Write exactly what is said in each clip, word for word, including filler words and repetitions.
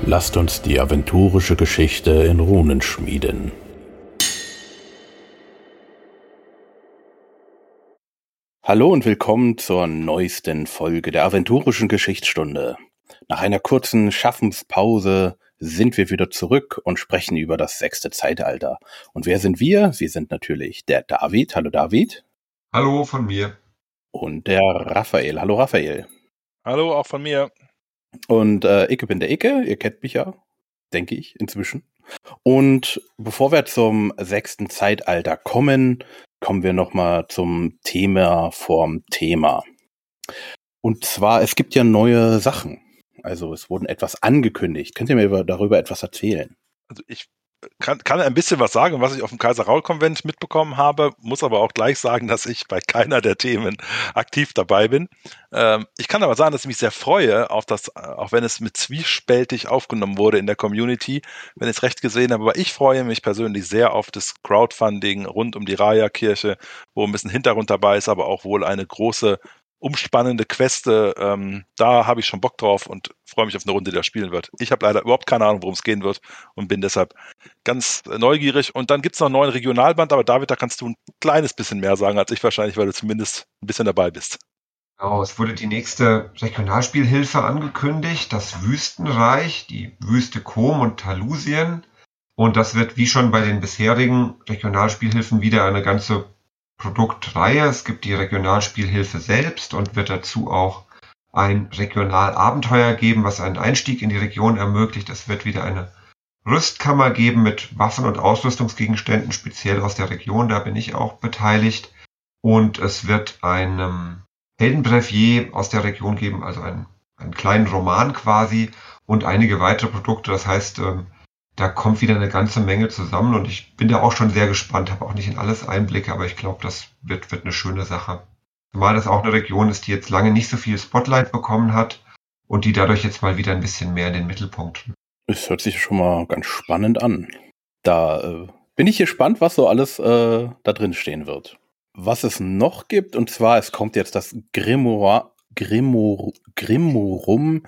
Lasst uns die aventurische Geschichte in Runen schmieden. Hallo und willkommen zur neuesten Folge der aventurischen Geschichtsstunde. Nach einer kurzen Schaffenspause sind wir wieder zurück und sprechen über das sechste Zeitalter. Und wer sind wir? Wir sind natürlich der David. Hallo David. Hallo von mir. Und der Raphael. Hallo Raphael. Hallo, auch von mir. Und äh, ich bin der Icke. Ihr kennt mich ja, denke ich, inzwischen. Und bevor wir zum sechsten Zeitalter kommen, kommen wir nochmal zum Thema vorm Thema. Und zwar, es gibt ja neue Sachen. Also es wurden etwas angekündigt. Könnt ihr mir über, darüber etwas erzählen? Also ich kann, kann ein bisschen was sagen, was ich auf dem Kaiser-Raul-Konvent mitbekommen habe, muss aber auch gleich sagen, dass ich bei keiner der Themen aktiv dabei bin. Ähm, ich kann aber sagen, dass ich mich sehr freue, auf das, auch wenn es mit zwiespältig aufgenommen wurde in der Community, wenn ich es recht gesehen habe. Aber ich freue mich persönlich sehr auf das Crowdfunding rund um die Raya-Kirche, wo ein bisschen Hintergrund dabei ist, aber auch wohl eine große umspannende Queste, ähm, da habe ich schon Bock drauf und freue mich auf eine Runde, die da spielen wird. Ich habe leider überhaupt keine Ahnung, worum es gehen wird und bin deshalb ganz neugierig. Und dann gibt es noch einen neuen Regionalband, aber David, da kannst du ein kleines bisschen mehr sagen als ich wahrscheinlich, weil du zumindest ein bisschen dabei bist. Genau, es wurde die nächste Regionalspielhilfe angekündigt, das Wüstenreich, die Wüste Kom und Talusien. Und das wird wie schon bei den bisherigen Regionalspielhilfen wieder eine ganze Produktreihe. Es gibt die Regionalspielhilfe selbst und wird dazu auch ein Regionalabenteuer geben, was einen Einstieg in die Region ermöglicht. Es wird wieder eine Rüstkammer geben mit Waffen und Ausrüstungsgegenständen, speziell aus der Region, da bin ich auch beteiligt. Und es wird ein ähm, Heldenbrevier aus der Region geben, also einen, einen kleinen Roman quasi und einige weitere Produkte. Das heißt, ähm, da kommt wieder eine ganze Menge zusammen und ich bin da auch schon sehr gespannt, habe auch nicht in alles Einblicke, aber ich glaube, das wird, wird eine schöne Sache. Zumal das auch eine Region ist, die jetzt lange nicht so viel Spotlight bekommen hat und die dadurch jetzt mal wieder ein bisschen mehr in den Mittelpunkt. Es hört sich schon mal ganz spannend an. Da äh, bin ich gespannt, was so alles äh, da drin stehen wird. Was es noch gibt, und zwar, es kommt jetzt das Grimoire, Grimor, Grimorum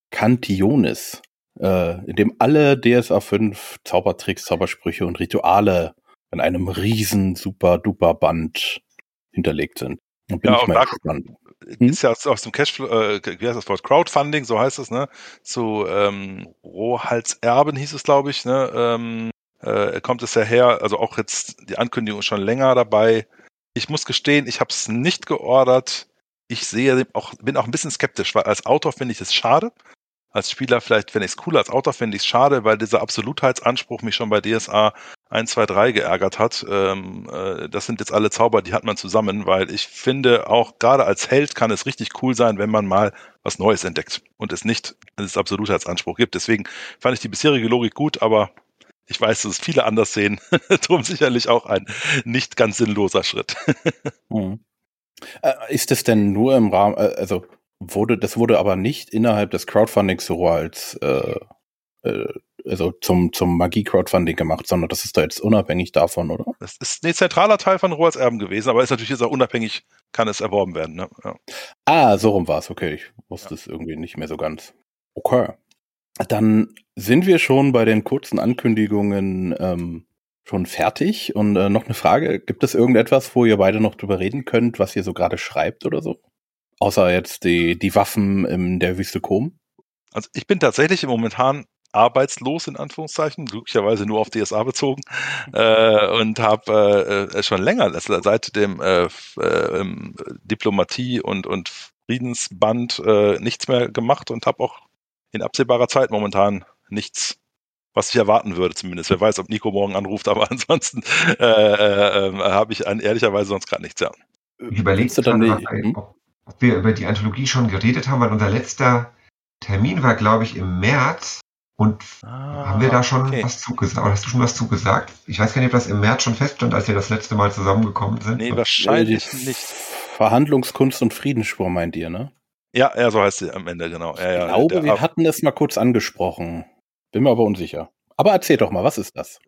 Cantionis, äh, in dem alle D S A fünf Zaubertricks, Zaubersprüche und Rituale in einem riesen super duper Band hinterlegt sind. Und bin Ja, ich auch mal da gespannt. ist ja aus dem Cashflow, äh, wie heißt das Wort? Crowdfunding, so heißt es, ne? Zu ähm, Rohhalserben hieß es, glaube ich, ne? Ähm, äh, kommt es ja her, also auch jetzt die Ankündigung ist schon länger dabei. Ich muss gestehen, ich habe es nicht geordert. Ich sehe auch, bin auch ein bisschen skeptisch, weil als Autor finde ich es schade. Als Spieler vielleicht fände ich es cool, als Autor finde ich es schade, weil dieser Absolutheitsanspruch mich schon bei D S A eins, zwei, drei geärgert hat. Ähm, äh, das sind jetzt alle Zauber, die hat man zusammen, weil ich finde, auch gerade als Held kann es richtig cool sein, wenn man mal was Neues entdeckt und es nicht als Absolutheitsanspruch gibt. Deswegen fand ich die bisherige Logik gut, aber ich weiß, dass es viele anders sehen. Darum sicherlich auch ein nicht ganz sinnloser Schritt. Mhm. Äh, ist das denn nur im Rahmen, äh, also wurde, das wurde aber nicht innerhalb des Crowdfundings so als, äh, äh, also zum, zum Magie-Crowdfunding gemacht, sondern das ist da jetzt unabhängig davon, oder? Das ist ein zentraler Teil von Rohals Erben gewesen, aber ist natürlich jetzt auch unabhängig, kann es erworben werden. Ne? Ja. Ah, so rum war es, okay. Ich wusste Ja. es irgendwie nicht mehr so ganz. Okay. Dann sind wir schon bei den kurzen Ankündigungen ähm, schon fertig. Und äh, noch eine Frage, gibt es irgendetwas, wo ihr beide noch drüber reden könnt, was ihr so gerade schreibt oder so? Außer jetzt die, die Waffen in der Wüste Kom? Also ich bin tatsächlich momentan arbeitslos, in Anführungszeichen, glücklicherweise nur auf D S A bezogen äh, und habe äh, schon länger, also seit dem äh, äh, Diplomatie- und, und Friedensband äh, nichts mehr gemacht und habe auch in absehbarer Zeit momentan nichts, was ich erwarten würde zumindest. Wer weiß, ob Nico morgen anruft, aber ansonsten äh, äh, habe ich an, ehrlicherweise sonst gerade nichts. Ja. Ich überlege gerade, Raphael, hm? ob, ob wir über die Anthologie schon geredet haben, weil unser letzter Termin war, glaube ich, im März. Und Ah, haben wir da schon okay. was zugesagt? Oder hast du schon was zugesagt? Ich weiß gar nicht, ob das im März schon feststand, als wir das letzte Mal zusammengekommen sind. Nee, wahrscheinlich die nicht. Verhandlungskunst und Friedensschwur meint ihr, ne? Ja, ja, so heißt sie am Ende, genau. Ja, Ich ja, glaube, der, wir hatten es mal kurz angesprochen. Bin mir aber unsicher. Aber erzähl doch mal, was ist das?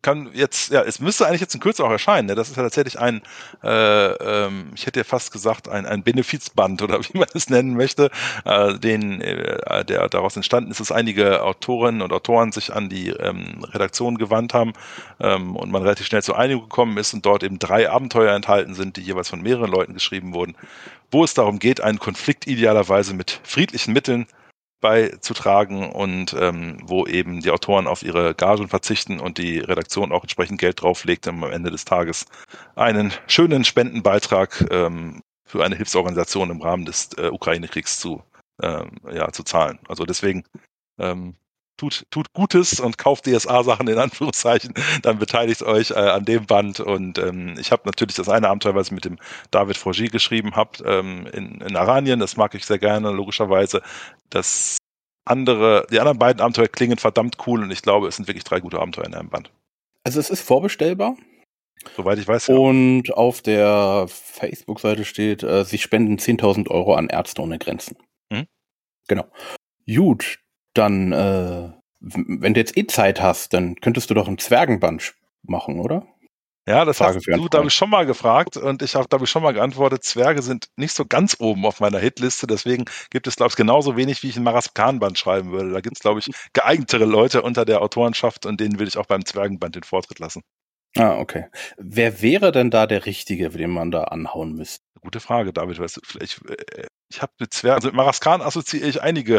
kann jetzt, ja, es müsste eigentlich jetzt in Kürze auch erscheinen. Ne? Das ist ja tatsächlich ein, äh, ähm, ich hätte ja fast gesagt, ein, ein Benefizband oder wie man es nennen möchte, äh, den, äh, der daraus entstanden ist, dass einige Autorinnen und Autoren sich an die ähm, Redaktion gewandt haben ähm, und man relativ schnell zur Einigung gekommen ist und dort eben drei Abenteuer enthalten sind, die jeweils von mehreren Leuten geschrieben wurden, wo es darum geht, einen Konflikt idealerweise mit friedlichen Mitteln beizutragen und ähm, wo eben die Autoren auf ihre Gagen verzichten und die Redaktion auch entsprechend Geld drauflegt, um am Ende des Tages einen schönen Spendenbeitrag ähm, für eine Hilfsorganisation im Rahmen des äh, Ukraine-Kriegs zu, ähm, ja, zu zahlen. Also deswegen ähm, tut, tut Gutes und kauft D S A-Sachen in Anführungszeichen, dann beteiligt euch äh, an dem Band und ähm, ich habe natürlich das eine Abenteuer, was ich mit dem David Forgy geschrieben habe, ähm, in, in Aranien, das mag ich sehr gerne, logischerweise. Das andere, die anderen beiden Abenteuer klingen verdammt cool und ich glaube, es sind wirklich drei gute Abenteuer in einem Band. Also es ist vorbestellbar. Soweit ich weiß, ja. Und auf der Facebook-Seite steht, äh, sie spenden zehntausend Euro an Ärzte ohne Grenzen. Mhm. Genau. Gut, dann, äh, wenn du jetzt eh Zeit hast, dann könntest du doch einen Zwergenband machen, oder? Ja, das Frage hast für einen du, da habe Freund. ich schon mal gefragt und ich habe, da habe ich schon mal geantwortet, Zwerge sind nicht so ganz oben auf meiner Hitliste, deswegen gibt es, glaube ich, genauso wenig, wie ich ein Maraskan-Band schreiben würde. Da gibt es, glaube ich, geeignetere Leute unter der Autorenschaft und denen will ich auch beim Zwergenband den Vortritt lassen. Ah, okay. Wer wäre denn da der Richtige, den man da anhauen müsste? Gute Frage, David. Weißt du, vielleicht, äh, ich habe mit Zwergen, also mit Maraskan assoziiere ich einige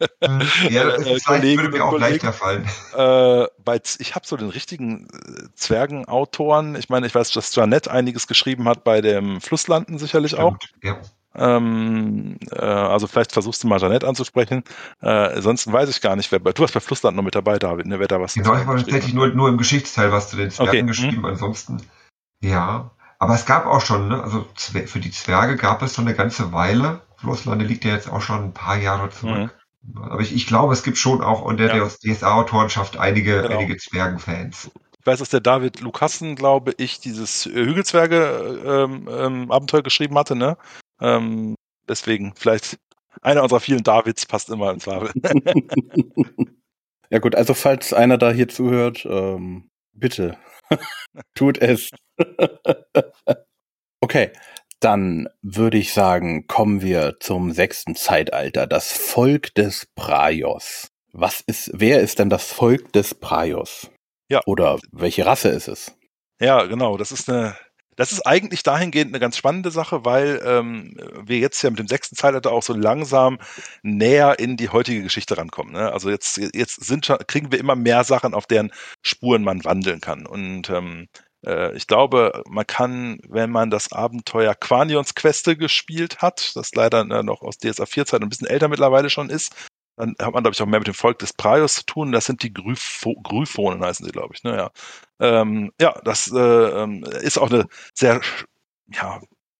Ja, das äh, ist leicht, würde Kolleginnen mir und auch Kollegen. leichter fallen. Äh, bei, Z- ich habe so den richtigen äh, Zwergenautoren. Ich meine, ich weiß, dass Janet einiges geschrieben hat bei dem Flusslanden sicherlich auch. Stimmt, ja. Ähm, äh, also vielleicht versuchst du mal Janet anzusprechen. Äh, ansonsten weiß ich gar nicht, wer bei, du warst bei Flussland noch mit dabei, David, ne, wer da was zu Genau, ich Zwergen habe geschrieben tatsächlich hat. nur, nur im Geschichtsteil was zu den Zwergen Okay, geschrieben, ansonsten, ja. Aber es gab auch schon, ne, also Zwer- für die Zwerge gab es schon eine ganze Weile. Floßlande liegt ja jetzt auch schon ein paar Jahre zurück. Aber ich, ich glaube, es gibt schon auch unter Ja. der D S A-Autorenschaft einige, Genau. einige Zwergenfans. Ich weiß, dass der David Lukassen, glaube ich, dieses äh, Hügelzwerge-Abenteuer geschrieben hatte, ne? Ähm, deswegen, vielleicht einer unserer vielen Davids passt immer ins Ware. Ja gut, also falls einer da hier zuhört, ähm, bitte, tut es. Okay, dann würde ich sagen, kommen wir zum sechsten Zeitalter, das Volk des Praios. Was ist, wer ist denn das Volk des Praios? Ja. Oder welche Rasse ist es? Ja, genau. Das ist eine, das ist eigentlich dahingehend eine ganz spannende Sache, weil ähm, wir jetzt ja mit dem sechsten Zeitalter auch so langsam näher in die heutige Geschichte rankommen. Ne? Also jetzt, jetzt sind schon, kriegen wir immer mehr Sachen, auf deren Spuren man wandeln kann. Und ähm, äh, ich glaube, man kann, wenn man das Abenteuer Quanions Queste gespielt hat, das leider äh, noch aus D S A vier Zeit ein bisschen älter mittlerweile schon ist, dann hat man, glaube ich, auch mehr mit dem Volk des Praios zu tun. Das sind die Grypho Gryphonen, heißen sie, glaube ich. Ne? Ja. Ähm, ja, das äh, ähm, ist auch eine sehr ja,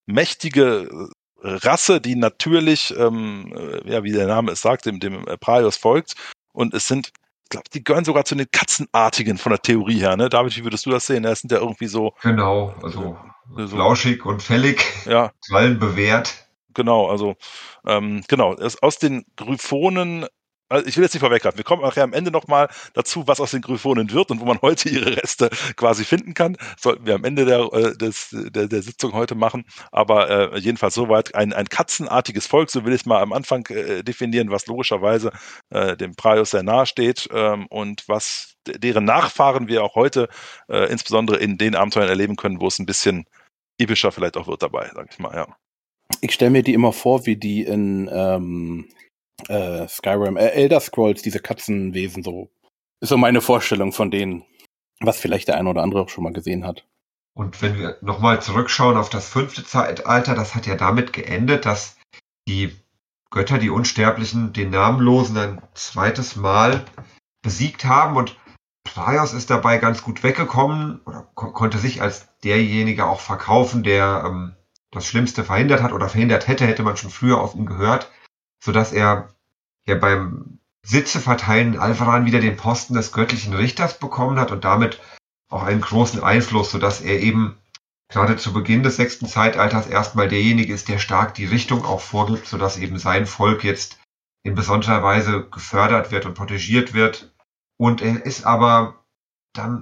mächtige Rasse, die natürlich, ähm, äh, ja, wie der Name es sagt, dem, dem äh, Praios folgt. Und es sind, ich glaube, die gehören sogar zu den Katzenartigen von der Theorie her. Ne? David, wie würdest du das sehen? Das sind ja irgendwie so. Genau, also äh, so flauschig und fällig, ja, Krallen bewährt. genau, also ähm, genau, es, aus den Gryphonen, also ich will jetzt nicht vorweggreifen, wir kommen nachher am Ende nochmal dazu, was aus den Gryphonen wird und wo man heute ihre Reste quasi finden kann. Sollten wir am Ende der, äh, des, der, der Sitzung heute machen. Aber äh, jedenfalls soweit ein, ein katzenartiges Volk, so will ich es mal am Anfang äh, definieren, was logischerweise äh, dem Praios sehr nahe steht ähm, und was deren Nachfahren wir auch heute äh, insbesondere in den Abenteuern erleben können, wo es ein bisschen epischer vielleicht auch wird dabei, sag ich mal, ja. Ich stelle mir die immer vor, wie die in ähm, äh, Skyrim, äh, Elder Scrolls, diese Katzenwesen so. Ist so meine Vorstellung von denen, was vielleicht der eine oder andere auch schon mal gesehen hat. Und wenn wir nochmal zurückschauen auf das fünfte Zeitalter, das hat ja damit geendet, dass die Götter, die Unsterblichen, den Namenlosen ein zweites Mal besiegt haben und Praios ist dabei ganz gut weggekommen oder ko- konnte sich als derjenige auch verkaufen, der ähm, das Schlimmste verhindert hat oder verhindert hätte, hätte man schon früher auf ihn gehört, sodass er ja beim Sitze verteilen Alvaran wieder den Posten des göttlichen Richters bekommen hat und damit auch einen großen Einfluss, sodass er eben gerade zu Beginn des sechsten Zeitalters erstmal derjenige ist, der stark die Richtung auch vorgibt, sodass eben sein Volk jetzt in besonderer Weise gefördert wird und protegiert wird. Und er ist aber dann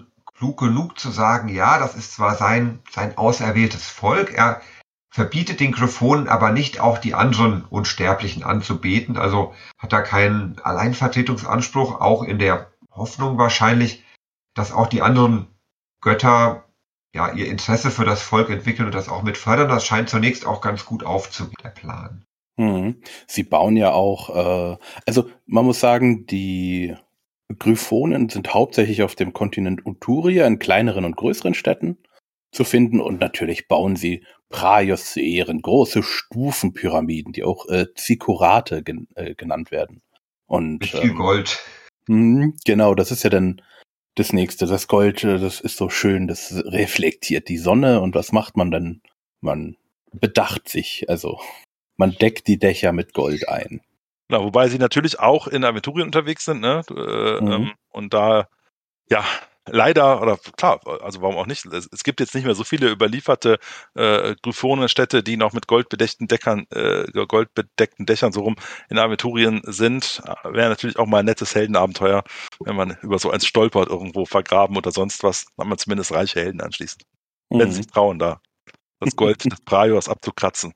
klug genug zu sagen, ja, das ist zwar sein, sein auserwähltes Volk, er verbietet den Gryphonen aber nicht auch die anderen Unsterblichen anzubeten, also hat er keinen Alleinvertretungsanspruch, auch in der Hoffnung wahrscheinlich, dass auch die anderen Götter ja ihr Interesse für das Volk entwickeln und das auch mit fördern. Das scheint zunächst auch ganz gut aufzugehen, der Plan. Mhm. Sie bauen ja auch, äh, also man muss sagen, die Gryphonen sind hauptsächlich auf dem Kontinent Uturia in kleineren und größeren Städten zu finden und natürlich bauen sie Praios zu Ehren große Stufenpyramiden, die auch äh, Zikurate gen äh, genannt werden. Und mit viel ähm, Gold. mh, genau, das ist ja dann das nächste. Das Gold, äh, das ist so schön, das reflektiert die Sonne und was macht man dann? Man bedacht sich, also man deckt die Dächer mit Gold ein. Ja, wobei sie natürlich auch in Aventurien unterwegs sind, ne? Äh, Mhm. ähm, und da, ja, leider, oder klar, also warum auch nicht, es, es gibt jetzt nicht mehr so viele überlieferte äh, Gryphonenstädte, die noch mit goldbedeckten Deckern, äh, goldbedeckten Dächern so rum in Aventurien sind. Wäre natürlich auch mal ein nettes Heldenabenteuer, wenn man über so eins stolpert, irgendwo vergraben oder sonst was, dann hat man zumindest reiche Helden anschließend. Wenn sie Mhm. sich trauen, da das Gold des Praios abzukratzen.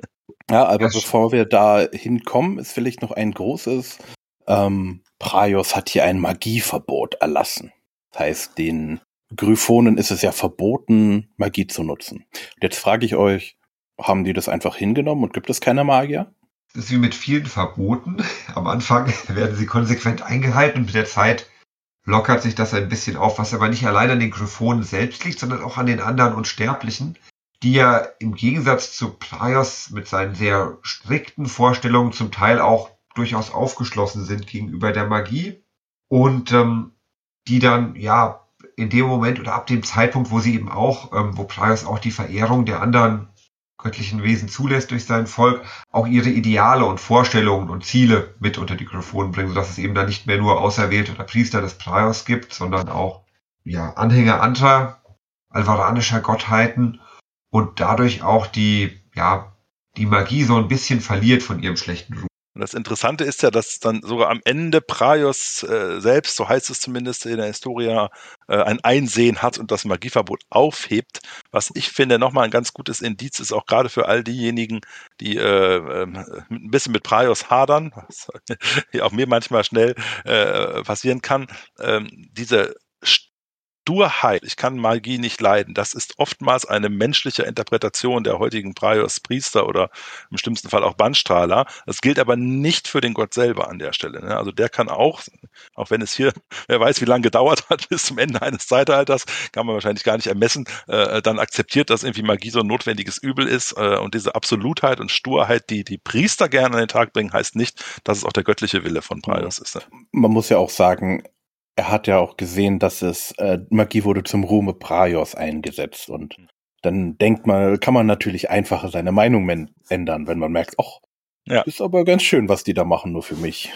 Ja, aber Ja, bevor wir da hinkommen, ist vielleicht noch ein großes, ähm, Praios hat hier ein Magieverbot erlassen. Das heißt, den Gryphonen ist es ja verboten, Magie zu nutzen. Und jetzt frage ich euch, haben die das einfach hingenommen und gibt es keine Magier? Das ist wie mit vielen Verboten. Am Anfang werden sie konsequent eingehalten und mit der Zeit lockert sich das ein bisschen auf, was aber nicht allein an den Gryphonen selbst liegt, sondern auch an den anderen Unsterblichen, die ja im Gegensatz zu Praios mit seinen sehr strikten Vorstellungen zum Teil auch durchaus aufgeschlossen sind gegenüber der Magie und ähm, die dann ja in dem Moment oder ab dem Zeitpunkt, wo sie eben auch, ähm, wo Praios auch die Verehrung der anderen göttlichen Wesen zulässt durch sein Volk, auch ihre Ideale und Vorstellungen und Ziele mit unter die Gryphonen bringen, sodass es eben dann nicht mehr nur Auserwählte oder Priester des Praios gibt, sondern auch ja, Anhänger anderer alvaranischer Gottheiten und dadurch auch die, ja, die Magie so ein bisschen verliert von ihrem schlechten Ruf. Und das Interessante ist ja, dass dann sogar am Ende Praios äh, selbst, so heißt es zumindest in der Historia, äh, ein Einsehen hat und das Magieverbot aufhebt, was ich finde nochmal ein ganz gutes Indiz ist, auch gerade für all diejenigen, die äh, äh, ein bisschen mit Praios hadern, was auch mir manchmal schnell äh, passieren kann, ähm, diese Sturheit, ich kann Magie nicht leiden, das ist oftmals eine menschliche Interpretation der heutigen Praios-Priester oder im schlimmsten Fall auch Bannstrahler. Das gilt aber nicht für den Gott selber an der Stelle. Ne? Also der kann auch, auch wenn es hier, wer weiß, wie lange gedauert hat bis zum Ende eines Zeitalters, kann man wahrscheinlich gar nicht ermessen, äh, dann akzeptiert, dass irgendwie Magie so ein notwendiges Übel ist. Äh, und diese Absolutheit und Sturheit, die die Priester gerne an den Tag bringen, heißt nicht, dass es auch der göttliche Wille von Praios ist. Ne? Man muss ja auch sagen, er hat ja auch gesehen, dass es äh, Magie wurde zum Ruhme Praios eingesetzt und dann denkt man, kann man natürlich einfacher seine Meinung men- ändern, wenn man merkt, ach, Ja. ist aber ganz schön, was die da machen, nur für mich.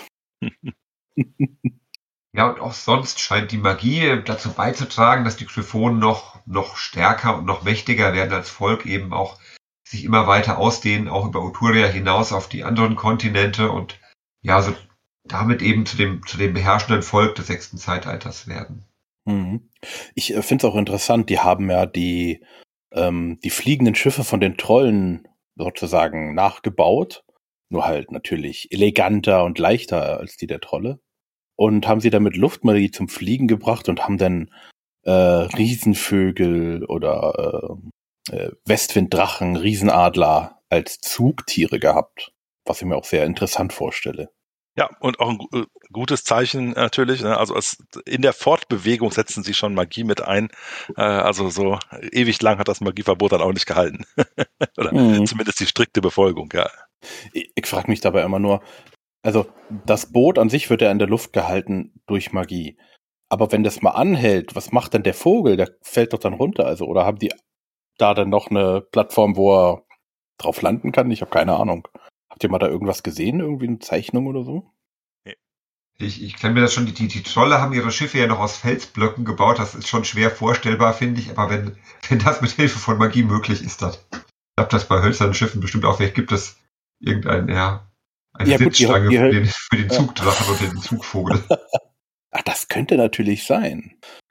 Ja, und auch sonst scheint die Magie dazu beizutragen, dass die Gryphonen noch, noch stärker und noch mächtiger werden als Volk, eben auch sich immer weiter ausdehnen, auch über Uturia hinaus auf die anderen Kontinente und ja, so damit eben zu dem, zu dem beherrschenden Volk des sechsten Zeitalters werden. Mhm. Ich äh, finde es auch interessant, die haben ja die, ähm, die fliegenden Schiffe von den Trollen sozusagen nachgebaut, nur halt natürlich eleganter und leichter als die der Trolle. Und haben sie damit Luftmagie zum Fliegen gebracht und haben dann äh, Riesenvögel oder äh, äh, Westwinddrachen, Riesenadler als Zugtiere gehabt, was ich mir auch sehr interessant vorstelle. Ja, und auch ein gu- äh, gutes Zeichen natürlich. Ne? Also als, in der Fortbewegung setzen sie schon Magie mit ein. Äh, also so ewig lang hat das Magieverbot dann auch nicht gehalten. Oder Mhm. zumindest die strikte Befolgung, ja. Ich, ich frage mich dabei immer nur, also das Boot an sich wird ja in der Luft gehalten durch Magie. Aber wenn das mal anhält, was macht denn der Vogel? Der fällt doch dann runter. Also, oder haben die da dann noch eine Plattform, wo er drauf landen kann? Ich habe keine Ahnung. Habt ihr mal da irgendwas gesehen? Irgendwie eine Zeichnung oder so? Ich, ich kann mir das schon, die, die, die Trolle haben ihre Schiffe ja noch aus Felsblöcken gebaut, das ist schon schwer vorstellbar, finde ich, aber wenn, wenn das mit Hilfe von Magie möglich ist, dann klappt das bei hölzernen Schiffen bestimmt auch. Vielleicht gibt es irgendein, ja, eine Ja, gut, Sitzstange ihr- ihr- für, den, für den ja. Zugdrachen und den Zugvogel. Ach, das könnte natürlich sein.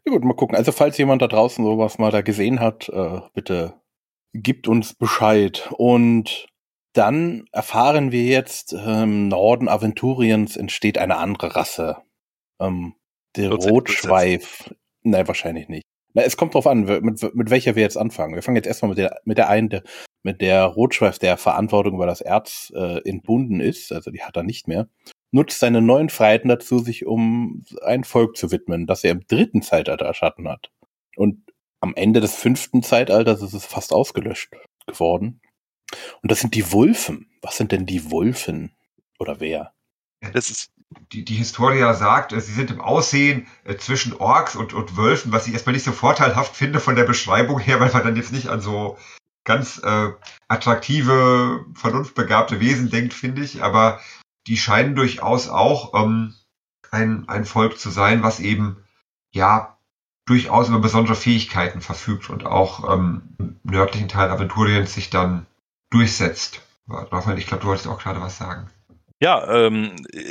Ja gut, mal gucken. Also falls jemand da draußen sowas mal da gesehen hat, äh, bitte gibt uns Bescheid. Und dann erfahren wir jetzt, äh, im Norden Aventuriens entsteht eine andere Rasse. Ähm, der Wird sich Rotschweif. Nein, wahrscheinlich nicht. Na, es kommt drauf an, mit, mit welcher wir jetzt anfangen. Wir fangen jetzt erstmal mit der, mit der einen, der, mit der Rotschweif, der Verantwortung über das Erz äh, entbunden ist, also die hat er nicht mehr, nutzt seine neuen Freiheiten dazu, sich um ein Volk zu widmen, das er im dritten Zeitalter erschaffen hat. Und am Ende des fünften Zeitalters ist es fast ausgelöscht geworden. Und das sind die Wulfen. Was sind denn die Wulfen? Oder wer? Das ist Die, die Historia sagt, äh, sie sind im Aussehen äh, zwischen Orks und, und Wölfen, was ich erstmal nicht so vorteilhaft finde von der Beschreibung her, weil man dann jetzt nicht an so ganz äh, attraktive, vernunftbegabte Wesen denkt, finde ich. Aber die scheinen durchaus auch ähm, ein, ein Volk zu sein, was eben ja durchaus über besondere Fähigkeiten verfügt und auch ähm, im nördlichen Teil Aventuriens sich dann durchsetzt. Raphael, ich glaube, du wolltest auch gerade was sagen. Ja, ähm,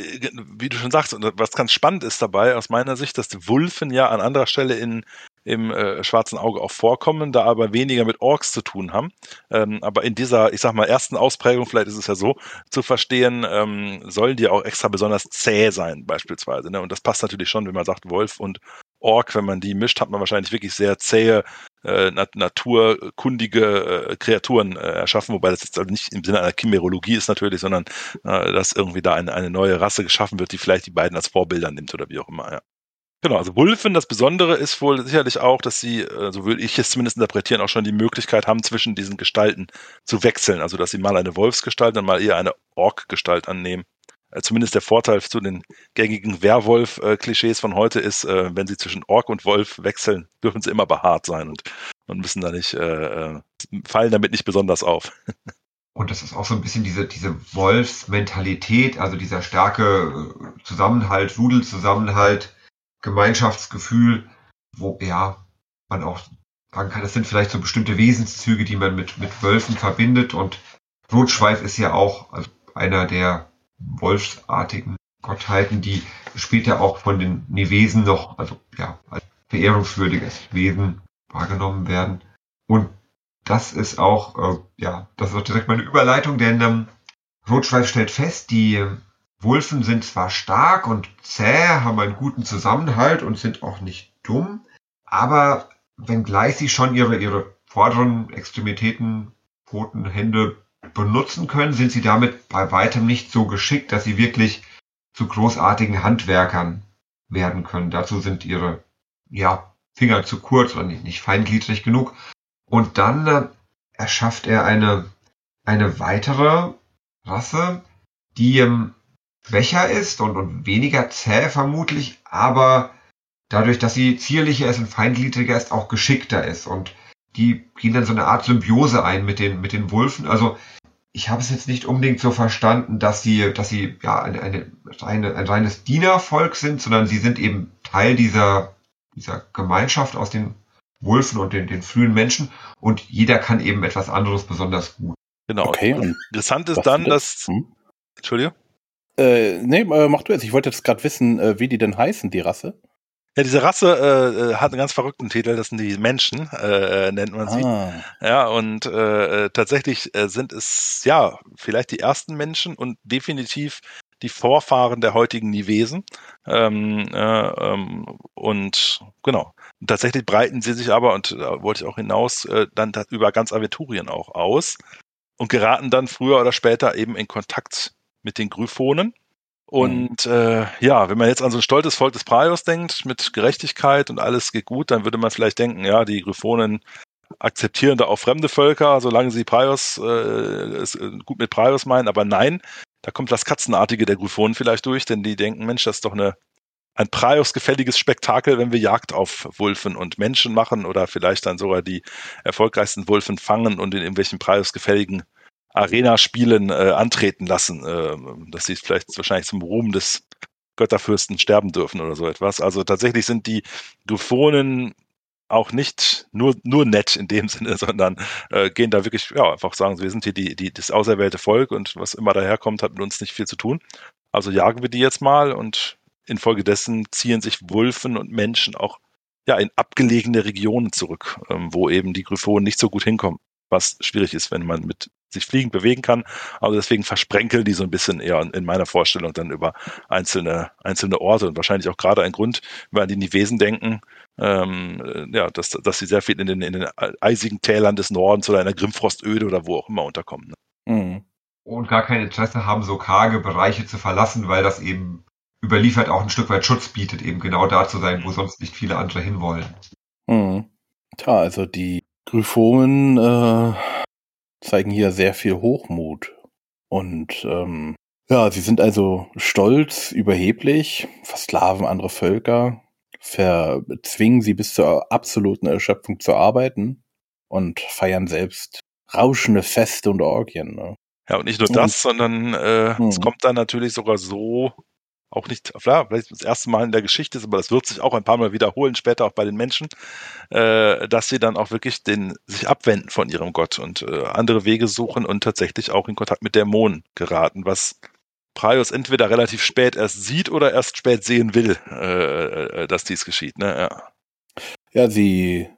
wie du schon sagst, und was ganz spannend ist dabei aus meiner Sicht, dass die Wulfen ja an anderer Stelle in, im äh, Schwarzen Auge auch vorkommen, da aber weniger mit Orks zu tun haben. Ähm, aber in dieser, ich sag mal, ersten Ausprägung, vielleicht ist es ja so zu verstehen, ähm, sollen die auch extra besonders zäh sein, beispielsweise. Ne? Und das passt natürlich schon, wenn man sagt Wolf und Ork, wenn man die mischt, hat man wahrscheinlich wirklich sehr zähe, äh, nat- naturkundige äh, Kreaturen äh, erschaffen, wobei das jetzt also nicht im Sinne einer Chimerologie ist natürlich, sondern äh, dass irgendwie da eine, eine neue Rasse geschaffen wird, die vielleicht die beiden als Vorbilder nimmt oder wie auch immer, ja. Genau, also Wulfen, das Besondere ist wohl sicherlich auch, dass sie, äh, so würde ich es zumindest interpretieren, auch schon die Möglichkeit haben, zwischen diesen Gestalten zu wechseln. Also, dass sie mal eine Wolfsgestalt, dann mal eher eine Ork-Gestalt annehmen. Äh, zumindest der Vorteil zu den gängigen Werwolf-Klischees von heute ist, äh, wenn sie zwischen Ork und Wolf wechseln, dürfen sie immer behaart sein und, und müssen da nicht, äh, fallen damit nicht besonders auf. Und das ist auch so ein bisschen diese, diese Wolfsmentalität, also dieser starke äh, Zusammenhalt, Rudelzusammenhalt, Gemeinschaftsgefühl, wo ja man auch sagen kann, das sind vielleicht so bestimmte Wesenszüge, die man mit, mit Wölfen verbindet. Und Rotschweif ist ja auch also einer der wolfsartigen Gottheiten, die später auch von den Nevesen noch, also ja, als verehrungswürdiges Wesen wahrgenommen werden. Und das ist auch, äh, ja, das ist auch direkt meine Überleitung, denn ähm, Rotschweif stellt fest, die äh, Wulfen sind zwar stark und zäh, haben einen guten Zusammenhalt und sind auch nicht dumm, aber wenngleich sie schon ihre, ihre vorderen Extremitäten, Pfoten, Hände benutzen können, sind sie damit bei weitem nicht so geschickt, dass sie wirklich zu großartigen Handwerkern werden können. Dazu sind ihre ja, Finger zu kurz und nicht, nicht feingliedrig genug. Und dann äh, erschafft er eine, eine weitere Rasse, die ähm, schwächer ist und, und weniger zäh vermutlich, aber dadurch, dass sie zierlicher ist und feingliedriger ist, auch geschickter ist. Und die gehen dann so eine Art Symbiose ein mit den, mit den Wulfen. Also ich habe es jetzt nicht unbedingt so verstanden, dass sie, dass sie ja eine, eine reine, ein reines Dienervolk sind, sondern sie sind eben Teil dieser, dieser Gemeinschaft aus den Wulfen und den, den frühen Menschen und jeder kann eben etwas anderes besonders gut. Genau. Okay, und Interessant ist was dann, sind das? dass. Hm? Entschuldige? Äh, nee, äh, mach du jetzt. Ich wollte jetzt gerade wissen, äh, wie die denn heißen, die Rasse. Ja, diese Rasse äh, hat einen ganz verrückten Titel, das sind die Menschen, äh, nennt man sie. Ah, Ja, und äh, tatsächlich äh, sind es ja vielleicht die ersten Menschen und definitiv die Vorfahren der heutigen Nivesen. Ähm, äh, ähm, und genau. Und tatsächlich breiten sie sich aber, und da wollte ich auch hinaus, äh, dann über ganz Aventurien auch aus und geraten dann früher oder später eben in Kontakt mit den Gryphonen. Und äh, ja, wenn man jetzt an so ein stolzes Volk des Praios denkt, mit Gerechtigkeit und alles geht gut, dann würde man vielleicht denken, ja, die Gryphonen akzeptieren da auch fremde Völker, solange sie Praios, äh, es gut mit Praios meinen, aber nein, da kommt das Katzenartige der Gryphonen vielleicht durch, denn die denken, Mensch, das ist doch eine, ein Praios gefälliges Spektakel, wenn wir Jagd auf Wulfen und Menschen machen oder vielleicht dann sogar die erfolgreichsten Wulfen fangen und in irgendwelchen Praios gefälligen Arena-Spielen äh, antreten lassen, äh, dass sie vielleicht wahrscheinlich zum Ruhm des Götterfürsten sterben dürfen oder so etwas. Also tatsächlich sind die Gryphonen auch nicht nur, nur nett in dem Sinne, sondern äh, gehen da wirklich, ja, einfach sagen, wir sind hier die, die, das auserwählte Volk und was immer daherkommt, hat mit uns nicht viel zu tun. Also jagen wir die jetzt mal und infolgedessen ziehen sich Wulfen und Menschen auch ja, in abgelegene Regionen zurück, ähm, wo eben die Gryphonen nicht so gut hinkommen, was schwierig ist, wenn man mit sich fliegend bewegen kann. Also deswegen versprenkeln die so ein bisschen eher in meiner Vorstellung dann über einzelne, einzelne Orte und wahrscheinlich auch gerade ein Grund, wenn wir an die Nivesen denken, ähm, ja, dass, dass sie sehr viel in den, in den eisigen Tälern des Nordens oder in der Grimmfrostöde oder wo auch immer unterkommen. Ne? Mhm. Und gar kein Interesse haben, so karge Bereiche zu verlassen, weil das eben überliefert auch ein Stück weit Schutz bietet, eben genau da zu sein, wo sonst nicht viele andere hinwollen. Mhm. Tja, also die Gryphonen äh, zeigen hier sehr viel Hochmut. Und ähm, ja, sie sind also stolz, überheblich, versklaven andere Völker, verzwingen sie bis zur absoluten Erschöpfung zu arbeiten und feiern selbst rauschende Feste und Orgien. Ne? Ja, und nicht nur das, und, sondern äh, mhm. es kommt dann natürlich sogar so, auch nicht, klar, vielleicht das erste Mal in der Geschichte ist, aber das wird sich auch ein paar Mal wiederholen, später auch bei den Menschen, äh, dass sie dann auch wirklich den, sich abwenden von ihrem Gott und äh, andere Wege suchen und tatsächlich auch in Kontakt mit Dämonen geraten, was Praios entweder relativ spät erst sieht oder erst spät sehen will, äh, äh, dass dies geschieht. Ne? Ja. ja, sie,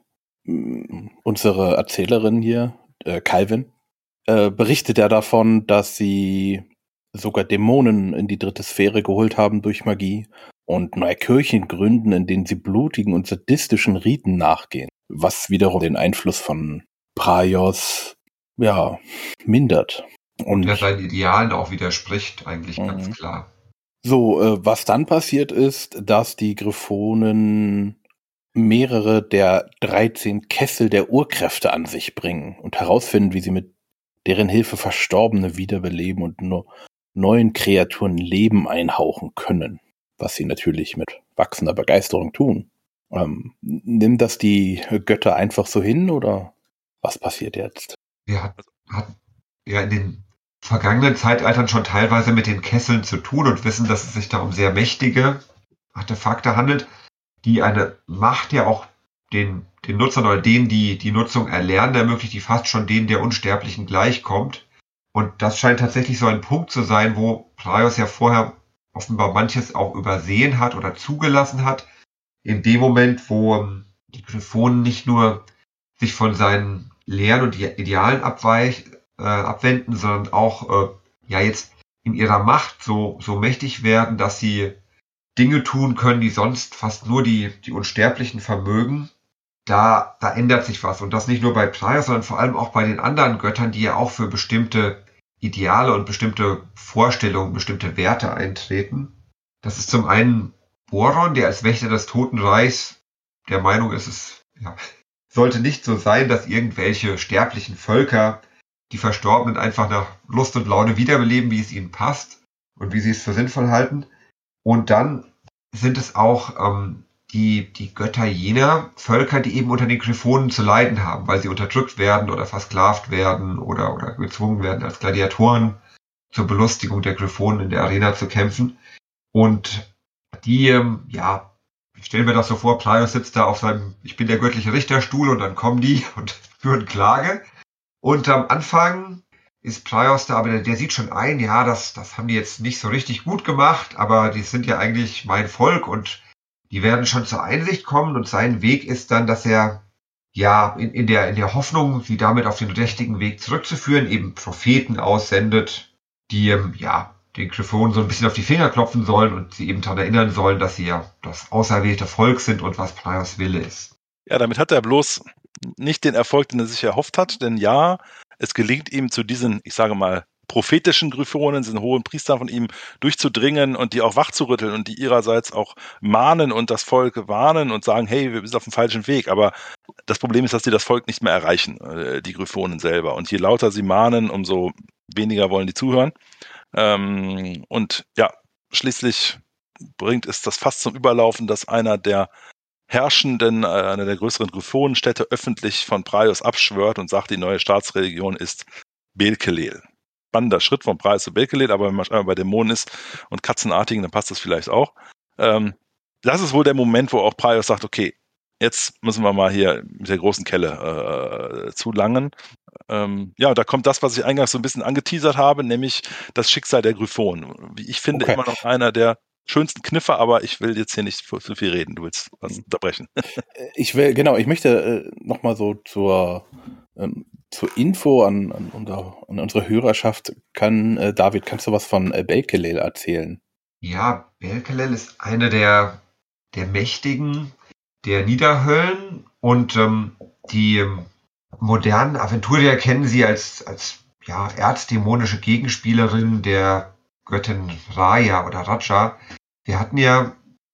mh, unsere Erzählerin hier, äh, Calvin, äh, berichtet ja davon, dass sie sogar Dämonen in die dritte Sphäre geholt haben durch Magie und neue Kirchen gründen, in denen sie blutigen und sadistischen Riten nachgehen, was wiederum den Einfluss von Praios, ja, mindert. Und der seinen Idealen auch widerspricht, eigentlich mhm. ganz klar. So, äh, was dann passiert ist, dass die Gryphonen mehrere der dreizehn Kessel der Urkräfte an sich bringen und herausfinden, wie sie mit deren Hilfe Verstorbene wiederbeleben und nur neuen Kreaturen Leben einhauchen können, was sie natürlich mit wachsender Begeisterung tun. Ähm, nimmt das die Götter einfach so hin oder was passiert jetzt? Wir hatten hat, ja in den vergangenen Zeitaltern schon teilweise mit den Kesseln zu tun und wissen, dass es sich da um sehr mächtige Artefakte handelt, die eine Macht ja auch den, den Nutzern oder denen, die die Nutzung erlernen, ermöglicht, die fast schon denen der Unsterblichen gleichkommt. Und das scheint tatsächlich so ein Punkt zu sein, wo Praios ja vorher offenbar manches auch übersehen hat oder zugelassen hat. In dem Moment, wo die Gryphonen nicht nur sich von seinen Lehren und Idealen abweich, äh, abwenden, sondern auch äh, ja jetzt in ihrer Macht so, so mächtig werden, dass sie Dinge tun können, die sonst fast nur die, die Unsterblichen vermögen. Da, da ändert sich was. Und das nicht nur bei Praios, sondern vor allem auch bei den anderen Göttern, die ja auch für bestimmte Ideale und bestimmte Vorstellungen, bestimmte Werte eintreten. Das ist zum einen Boron, der als Wächter des Totenreichs der Meinung ist, es ja, sollte nicht so sein, dass irgendwelche sterblichen Völker die Verstorbenen einfach nach Lust und Laune wiederbeleben, wie es ihnen passt und wie sie es für sinnvoll halten. Und dann sind es auch ähm, die, die Götter jener Völker, die eben unter den Gryphonen zu leiden haben, weil sie unterdrückt werden oder versklavt werden oder, oder gezwungen werden, als Gladiatoren zur Belustigung der Gryphonen in der Arena zu kämpfen. Und die, ähm, ja, ich stelle mir das so vor, Praios sitzt da auf seinem Ich bin der göttliche Richterstuhl und dann kommen die und führen Klage. Und am Anfang ist Praios da, aber der, der sieht schon ein, ja, das, das haben die jetzt nicht so richtig gut gemacht, aber die sind ja eigentlich mein Volk und die werden schon zur Einsicht kommen und sein Weg ist dann, dass er ja in, in, der, in der Hoffnung, sie damit auf den richtigen Weg zurückzuführen, eben Propheten aussendet, die ja den Gryphonen so ein bisschen auf die Finger klopfen sollen und sie eben daran erinnern sollen, dass sie ja das auserwählte Volk sind und was Praios Wille ist. Ja, damit hat er bloß nicht den Erfolg, den er sich erhofft hat, denn ja, es gelingt ihm zu diesen, ich sage mal, prophetischen Gryphonen, diesen hohen Priestern von ihm, durchzudringen und die auch wachzurütteln und die ihrerseits auch mahnen und das Volk warnen und sagen, hey, wir sind auf dem falschen Weg. Aber das Problem ist, dass die das Volk nicht mehr erreichen, die Gryphonen selber. Und je lauter sie mahnen, umso weniger wollen die zuhören. Und ja, schließlich bringt es das fast zum Überlaufen, dass einer der Herrschenden, äh, einer der größeren Gryphonenstädte, öffentlich von Praios abschwört und sagt, die neue Staatsreligion ist Belkelel. Spannender Schritt von Praios zu Belkelel, aber wenn man einmal bei Dämonen ist und Katzenartigen, dann passt das vielleicht auch. Ähm, das ist wohl der Moment, wo auch Praios sagt, okay, jetzt müssen wir mal hier mit der großen Kelle äh, zulangen. Ähm, ja, da kommt das, was ich eingangs so ein bisschen angeteasert habe, nämlich das Schicksal der Gryphonen. Wie ich finde, Okay. immer noch einer der schönsten Kniffe, aber ich will jetzt hier nicht zu so viel reden. Du willst was unterbrechen. Ich will, genau, ich möchte äh, nochmal so zur, ähm, zur Info an, an, unser, an unsere Hörerschaft. Kann, äh, David, kannst du was von äh, Belkelel erzählen? Ja, Belkelel ist eine der, der Mächtigen der Niederhöllen und ähm, die ähm, modernen Aventurier kennen sie als, als ja, erzdämonische Gegenspielerin der Göttin Raya oder Raja. Wir hatten ja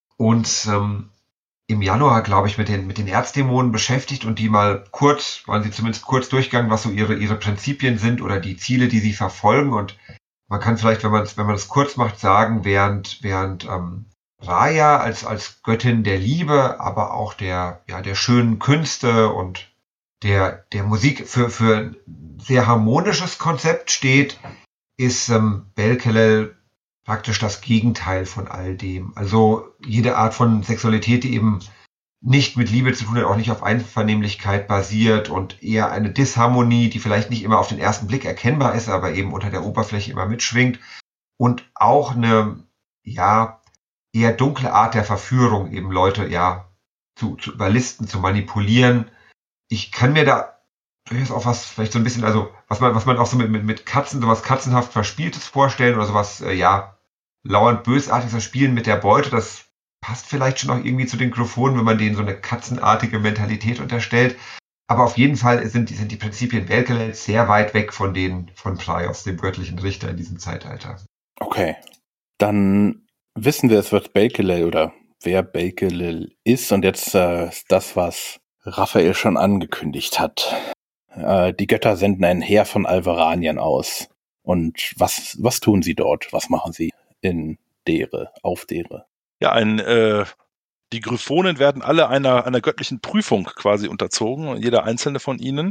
uns ähm, im Januar, glaube ich, mit den, mit den Erzdämonen beschäftigt und die mal kurz, waren sie zumindest kurz durchgegangen, was so ihre, ihre Prinzipien sind oder die Ziele, die sie verfolgen. Und man kann vielleicht, wenn man es, wenn man es kurz macht, sagen, während, während ähm, Raya als, als Göttin der Liebe, aber auch der, ja, der schönen Künste und der, der Musik für, für ein sehr harmonisches Konzept steht, ist ähm, Belkelel praktisch das Gegenteil von all dem. Also jede Art von Sexualität, die eben nicht mit Liebe zu tun hat, auch nicht auf Einvernehmlichkeit basiert und eher eine Disharmonie, die vielleicht nicht immer auf den ersten Blick erkennbar ist, aber eben unter der Oberfläche immer mitschwingt. Und auch eine, ja, eher dunkle Art der Verführung, eben Leute, ja, zu, zu überlisten, zu manipulieren. Ich kann mir da durchaus auch was, vielleicht so ein bisschen, also, was man, was man auch so mit, mit, mit Katzen, sowas katzenhaft Verspieltes vorstellen oder sowas, äh, ja, lauernd bösartiges Spielen mit der Beute, das passt vielleicht schon auch irgendwie zu den Gryphonen, wenn man denen so eine katzenartige Mentalität unterstellt. Aber auf jeden Fall sind die, sind die Prinzipien Belkelels sehr weit weg von denen von Praios, dem göttlichen Richter in diesem Zeitalter. Okay, dann wissen wir, es wird Belkelel oder wer Belkelel ist. Und jetzt äh, ist das, was Raphael schon angekündigt hat. Äh, die Götter senden ein Heer von Alvaranien aus. Und was, was tun sie dort? Was machen sie in Dere, auf Dere? Ja, ein, äh, die Gryphonen werden alle einer, einer göttlichen Prüfung quasi unterzogen, jeder einzelne von ihnen.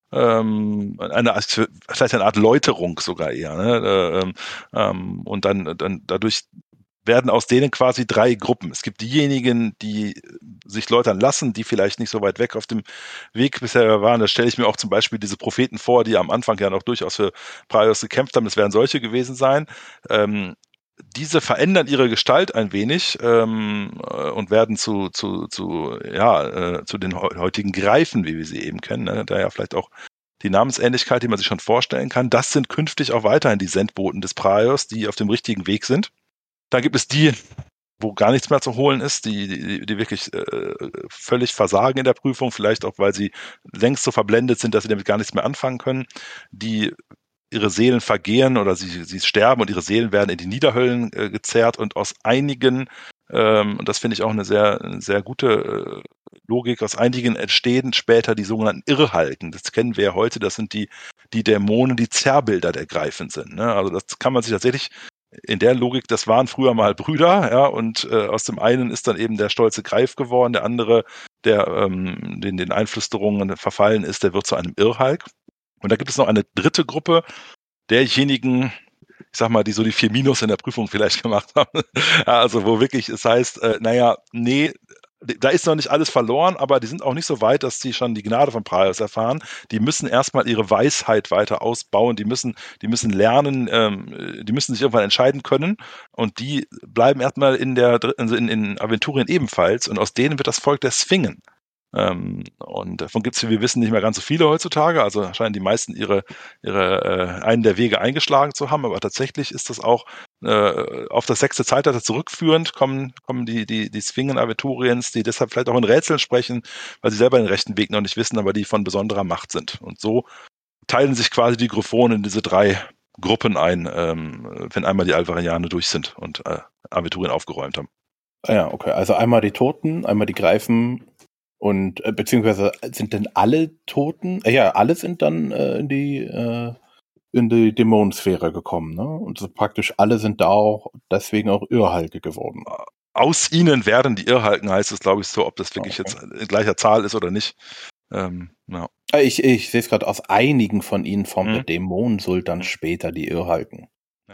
Ähm, eine, vielleicht eine Art Läuterung sogar eher. Ne? Ähm, und dann, dann dadurch werden aus denen quasi drei Gruppen. Es gibt diejenigen, die sich läutern lassen, die vielleicht nicht so weit weg auf dem Weg bisher waren. Da stelle ich mir auch zum Beispiel diese Propheten vor, die am Anfang ja noch durchaus für Praios gekämpft haben. Das werden solche gewesen sein. Ähm, diese verändern ihre Gestalt ein wenig ähm, und werden zu, zu, zu, ja, äh, zu den heutigen Greifen, wie wir sie eben kennen. Ne? Da ja vielleicht auch die Namensähnlichkeit, die man sich schon vorstellen kann. Das sind künftig auch weiterhin die Sendboten des Praios, die auf dem richtigen Weg sind. Dann gibt es die, wo gar nichts mehr zu holen ist, die, die, die wirklich äh, völlig versagen in der Prüfung, vielleicht auch, weil sie längst so verblendet sind, dass sie damit gar nichts mehr anfangen können, die ihre Seelen vergehren oder sie, sie sterben und ihre Seelen werden in die Niederhöllen äh, gezerrt und aus einigen, ähm, und das finde ich auch eine sehr, eine sehr gute äh, Logik, aus einigen entstehen später die sogenannten Irrhalken. Das kennen wir ja heute, das sind die, die Dämonen, die Zerrbilder der Greifen sind. Ne? Also das kann man sich tatsächlich in der Logik, das waren früher mal Brüder, ja, und äh, aus dem einen ist dann eben der stolze Greif geworden, der andere, der ähm, den, den Einflüsterungen verfallen ist, der wird zu einem Irrhalk. Und da gibt es noch eine dritte Gruppe derjenigen, ich sag mal, die so die vier Minus in der Prüfung vielleicht gemacht haben. Also wo wirklich es heißt, äh, naja, nee, da ist noch nicht alles verloren, aber die sind auch nicht so weit, dass sie schon die Gnade von Praios erfahren. Die müssen erstmal ihre Weisheit weiter ausbauen, die müssen, die müssen lernen, ähm, die müssen sich irgendwann entscheiden können und die bleiben erstmal in der also in, in Aventurien ebenfalls und aus denen wird das Volk der Sphingen. Ähm, und davon gibt es, wie wir wissen, nicht mehr ganz so viele heutzutage. Also scheinen die meisten ihre, ihre äh, einen der Wege eingeschlagen zu haben. Aber tatsächlich ist das auch äh, auf das sechste Zeitalter zurückführend, kommen, kommen die, die, die Sphingen-Aventuriens, die deshalb vielleicht auch in Rätseln sprechen, weil sie selber den rechten Weg noch nicht wissen, aber die von besonderer Macht sind. Und so teilen sich quasi die Gryphonen in diese drei Gruppen ein, ähm, wenn einmal die Alvarianer durch sind und äh, Aventurien aufgeräumt haben. Ah ja, okay. Also einmal die Toten, einmal die Greifen. Und äh, beziehungsweise sind denn alle Toten, äh, ja, alle sind dann äh, in die äh, in die Dämonensphäre gekommen, ne? Und so praktisch alle sind da auch deswegen auch Irrhalke geworden. Aus ihnen werden die Irrhalken, heißt es, glaube ich, so, ob das wirklich okay. jetzt in gleicher Zahl ist oder nicht. Ähm, ja. Ich, ich sehe es gerade, aus einigen von ihnen formt Mhm. der Dämonensultan Mhm. später die Irrhalken.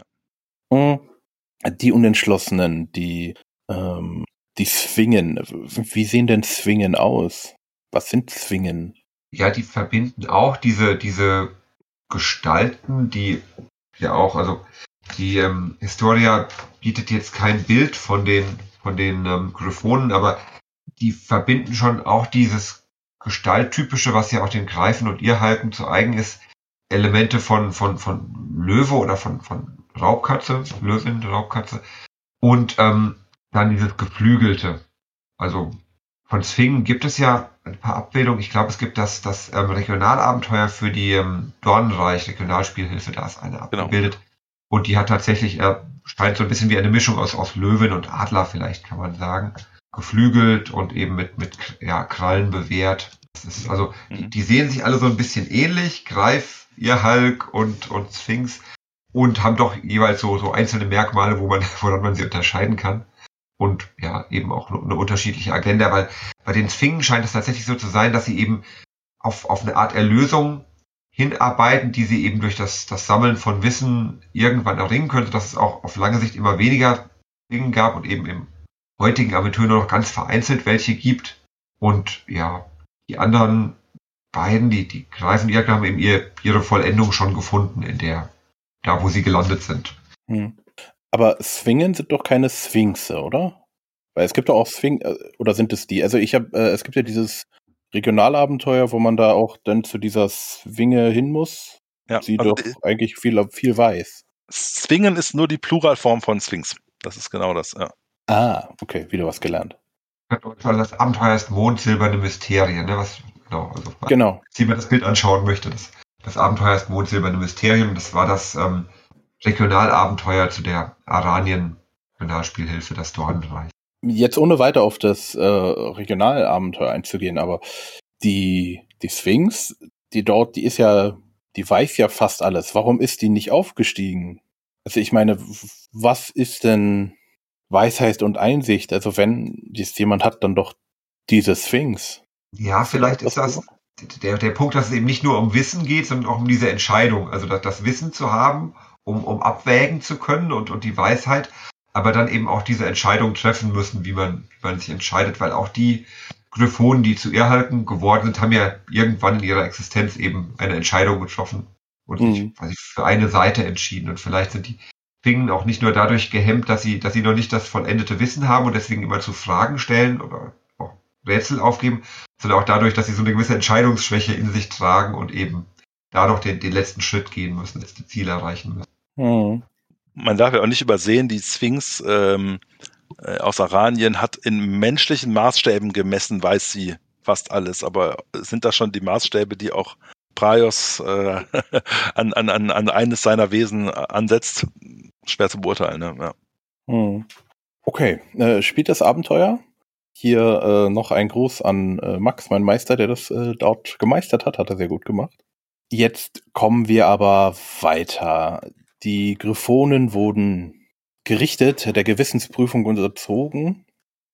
Ja. Die Unentschlossenen, die ähm, die Sphingen. Wie sehen denn Sphingen aus? Was sind Sphingen? Ja, die verbinden auch diese, diese Gestalten, die ja auch, also Die ähm, Historia bietet jetzt kein Bild von den, von den ähm, Gryphonen, aber die verbinden schon auch dieses Gestalttypische, was ja auch den Greifen und Irrhalken zu eigen ist, Elemente von, von, von Löwe oder von, von Raubkatze, Löwin, Raubkatze und ähm, dann dieses Geflügelte. Also von Sphingen gibt es ja ein paar Abbildungen. Ich glaube, es gibt das, das ähm, Regionalabenteuer für die ähm, Dornenreich, Regionalspielhilfe, da ist eine abgebildet. Genau. Und die hat tatsächlich, äh, scheint so ein bisschen wie eine Mischung aus, aus Löwen und Adler vielleicht, kann man sagen. Geflügelt und eben mit, mit ja, Krallen bewehrt. Das ist, also mhm. die, die sehen sich alle so ein bisschen ähnlich, Greif, Irrhalk und, und Sphinx, und haben doch jeweils so, so einzelne Merkmale, wo man, woran man sie unterscheiden kann. Und ja, eben auch eine unterschiedliche Agenda, weil bei den Sphingen scheint es tatsächlich so zu sein, dass sie eben auf, auf eine Art Erlösung hinarbeiten, die sie eben durch das, das Sammeln von Wissen irgendwann erringen könnte, dass es auch auf lange Sicht immer weniger Dinge gab und eben im heutigen Abenteuer nur noch ganz vereinzelt welche gibt. Und ja, die anderen beiden, die, die Greifen, die haben eben ihr, ihre Vollendung schon gefunden in der, da wo sie gelandet sind. Hm. Aber Sphingen sind doch keine Sphinxe, oder? Weil es gibt doch auch Sphinx, oder sind es die? Also ich habe, äh, es gibt ja dieses Regionalabenteuer, wo man da auch dann zu dieser Sphinge hin muss. Ja, sie also doch die, eigentlich viel, viel weiß. Sphingen ist nur die Pluralform von Sphinx. Das ist genau das, ja. Ah, okay, wieder was gelernt. Das Abenteuer ist Mondsilberne Mysterien, ne? Was, genau, also, genau. Wenn man das Bild anschauen möchte. Das, das Abenteuer ist Mondsilberne Mysterien. Das war das ähm, Regionalabenteuer zu der Aranien-Regionalspielhilfe, das Dornenreich. Jetzt ohne weiter auf das äh, Regionalabenteuer einzugehen, aber die, die Sphinx, die dort, die ist ja, die weiß ja fast alles. Warum ist die nicht aufgestiegen? Also ich meine, was ist denn Weisheit und Einsicht? Also wenn dies jemand hat, dann doch diese Sphinx. Ja, vielleicht ist das der, der Punkt, dass es eben nicht nur um Wissen geht, sondern auch um diese Entscheidung. Also das, das Wissen zu haben, um, um abwägen zu können und, und die Weisheit, aber dann eben auch diese Entscheidung treffen müssen, wie man, wie man sich entscheidet, weil auch die Gryphonen, die zu Irrhalken geworden sind, haben ja irgendwann in ihrer Existenz eben eine Entscheidung getroffen und mhm. sich quasi für eine Seite entschieden. Und vielleicht sind die Sphingen auch nicht nur dadurch gehemmt, dass sie, dass sie noch nicht das vollendete Wissen haben und deswegen immer zu Fragen stellen oder auch Rätsel aufgeben, sondern auch dadurch, dass sie so eine gewisse Entscheidungsschwäche in sich tragen und eben dadurch den, den letzten Schritt gehen müssen, das Ziel erreichen müssen. Mhm. Man darf ja auch nicht übersehen, die Sphinx ähm, äh, aus Aranien hat in menschlichen Maßstäben gemessen, weiß sie fast alles. Aber sind das schon die Maßstäbe, die auch Praios äh, an, an, an eines seiner Wesen ansetzt? Schwer zu beurteilen, ne? Ja. Hm. Okay, äh, spielt das Abenteuer? Hier äh, noch ein Gruß an äh, Max, mein Meister, der das äh, dort gemeistert hat, hat er sehr gut gemacht. Jetzt kommen wir aber weiter. Die Gryphonen wurden gerichtet, der Gewissensprüfung unterzogen.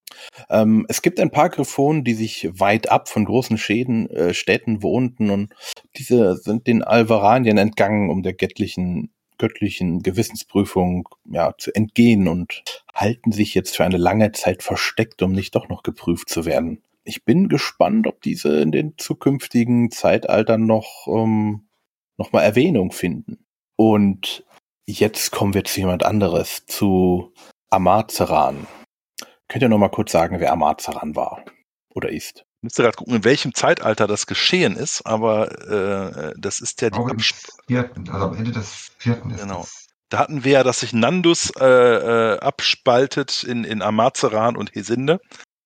Ähm, es gibt ein paar Gryphonen, die sich weit ab von großen Schäden, äh, Städten wohnten und diese sind den Alvaranien entgangen, um der göttlichen, göttlichen Gewissensprüfung ja, zu entgehen und halten sich jetzt für eine lange Zeit versteckt, um nicht doch noch geprüft zu werden. Ich bin gespannt, ob diese in den zukünftigen Zeitaltern noch, ähm, noch mal Erwähnung finden. Und jetzt kommen wir zu jemand anderes, zu Amazeran. Könnt ihr noch mal kurz sagen, wer Amazeran war oder ist? Ich müsste gerade gucken, in welchem Zeitalter das geschehen ist, aber äh, das ist ja die Absp- vierten, also am Ende des vierten ist genau. das. Da hatten wir ja, dass sich Nandus äh, äh, abspaltet in, in Amazeran und Hesinde,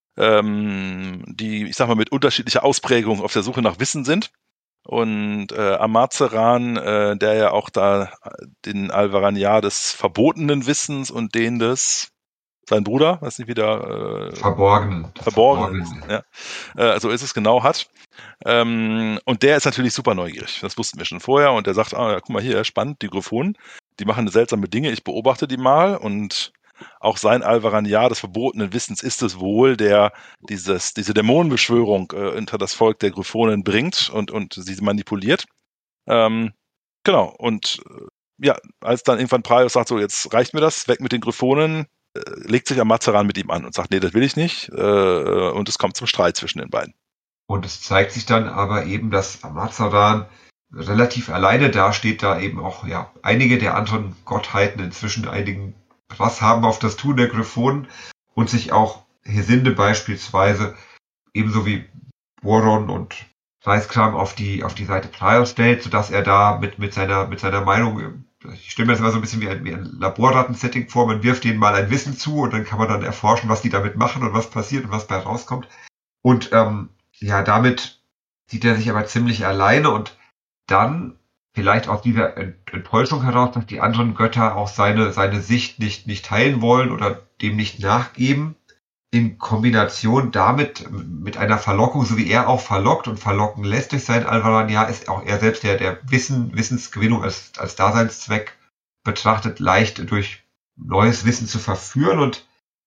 ähm, die, ich sag mal, mit unterschiedlicher Ausprägung auf der Suche nach Wissen sind. Und äh, Amazeran, äh, der ja auch da den Alvaraniar des verbotenen Wissens und den des, sein Bruder, weiß nicht, wie der äh, Verborgenen. Verborgenen, Verborgenen. Ja. Äh, so ist es genau, hat. Ähm, und der ist natürlich super neugierig. Das wussten wir schon vorher. Und der sagt, ah, ja, guck mal hier, spannend, die Gryphonen, die machen seltsame Dinge, ich beobachte die mal. Und auch sein Alvaraniar des verbotenen Wissens ist es wohl, der dieses, diese Dämonenbeschwörung äh, unter das Volk der Gryphonen bringt und, und sie manipuliert. Ähm, genau, und äh, ja, als dann irgendwann Praios sagt, so jetzt reicht mir das, weg mit den Gryphonen, äh, legt sich Amazeran mit ihm an und sagt, nee, das will ich nicht. Äh, und es kommt zum Streit zwischen den beiden. Und es zeigt sich dann aber eben, dass Amazeran relativ alleine dasteht, da eben auch ja einige der anderen Gottheiten inzwischen einigen Pass haben auf das Tun der Griffonen und sich auch Hesinde beispielsweise ebenso wie Boron und Reiskram auf die auf die Seite Prior stellt, sodass er da mit mit seiner mit seiner Meinung, ich stelle mir das immer so ein bisschen wie ein, wie ein Laborratten-Setting vor, man wirft denen mal ein Wissen zu und dann kann man dann erforschen, was die damit machen und was passiert und was bei rauskommt. Und ähm, ja, damit sieht er sich aber ziemlich alleine und dann vielleicht aus dieser Enttäuschung heraus, dass die anderen Götter auch seine seine Sicht nicht nicht teilen wollen oder dem nicht nachgeben, in Kombination damit mit einer Verlockung, so wie er auch verlockt und verlocken lässt durch sein Alvaran-Jahr, ist auch er selbst, der der Wissen, Wissensgewinnung als, als Daseinszweck betrachtet, leicht durch neues Wissen zu verführen. Und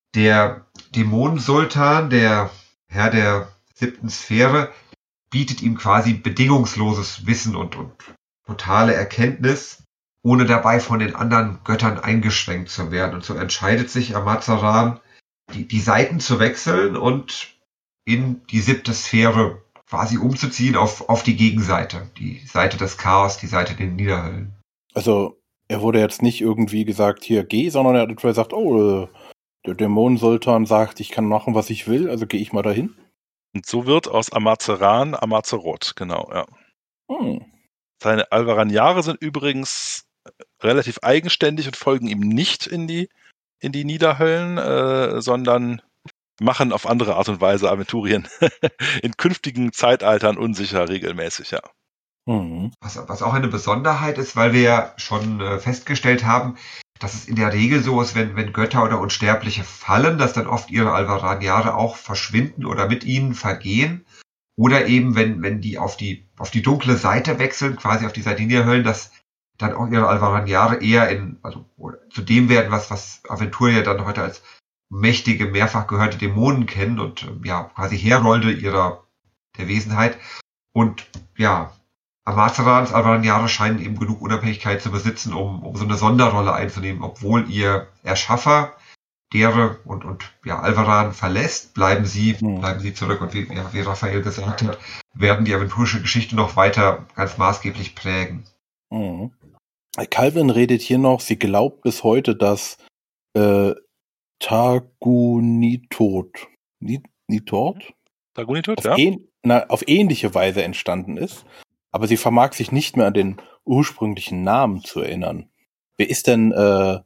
der Dämonensultan, der Herr der siebten Sphäre, bietet ihm quasi bedingungsloses Wissen und, und totale Erkenntnis, ohne dabei von den anderen Göttern eingeschränkt zu werden. Und so entscheidet sich Amazaran, Die, die Seiten zu wechseln und in die siebte Sphäre quasi umzuziehen auf, auf die Gegenseite. Die Seite des Chaos, die Seite der Niederhöllen. Also, er wurde jetzt nicht irgendwie gesagt, hier, geh, sondern er hat etwa gesagt, oh, äh, der Dämonensultan sagt, ich kann machen, was ich will, also gehe ich mal dahin. Und so wird aus Amazaran Amazaroth, genau, ja. Hm. Seine Alvaran-Jahre sind übrigens relativ eigenständig und folgen ihm nicht in die in die Niederhöllen, äh, sondern machen auf andere Art und Weise Aventurien in künftigen Zeitaltern unsicher regelmäßig, ja. Mhm. Was, was auch eine Besonderheit ist, weil wir ja schon äh, festgestellt haben, dass es in der Regel so ist, wenn, wenn Götter oder Unsterbliche fallen, dass dann oft ihre Alvaran-Jahre auch verschwinden oder mit ihnen vergehen. Oder eben, wenn, wenn die auf die auf die dunkle Seite wechseln, quasi auf die Seite der Niederhöllen, dass dann auch ihre Alvaran-Jahre eher in, also zu dem werden, was, was Aventurier dann heute als mächtige, mehrfach gehörte Dämonen kennen und ja, quasi Herolde ihrer, der Wesenheit. Und ja, Amazarans Alvaran-Jahre scheinen eben genug Unabhängigkeit zu besitzen, um, um so eine Sonderrolle einzunehmen, obwohl ihr Erschaffer, Dere und, und ja, Alvaran verlässt, bleiben sie, Mhm. bleiben sie zurück. Und wie, ja, wie Raphael gesagt hat, werden die aventurische Geschichte noch weiter ganz maßgeblich prägen. Mhm. Calvin redet hier noch, sie glaubt bis heute, dass äh, Targunitot Ni- Nitot Targunitot, auf, ja. ähn, na, auf ähnliche Weise entstanden ist, aber sie vermag sich nicht mehr an den ursprünglichen Namen zu erinnern. Wer ist denn äh,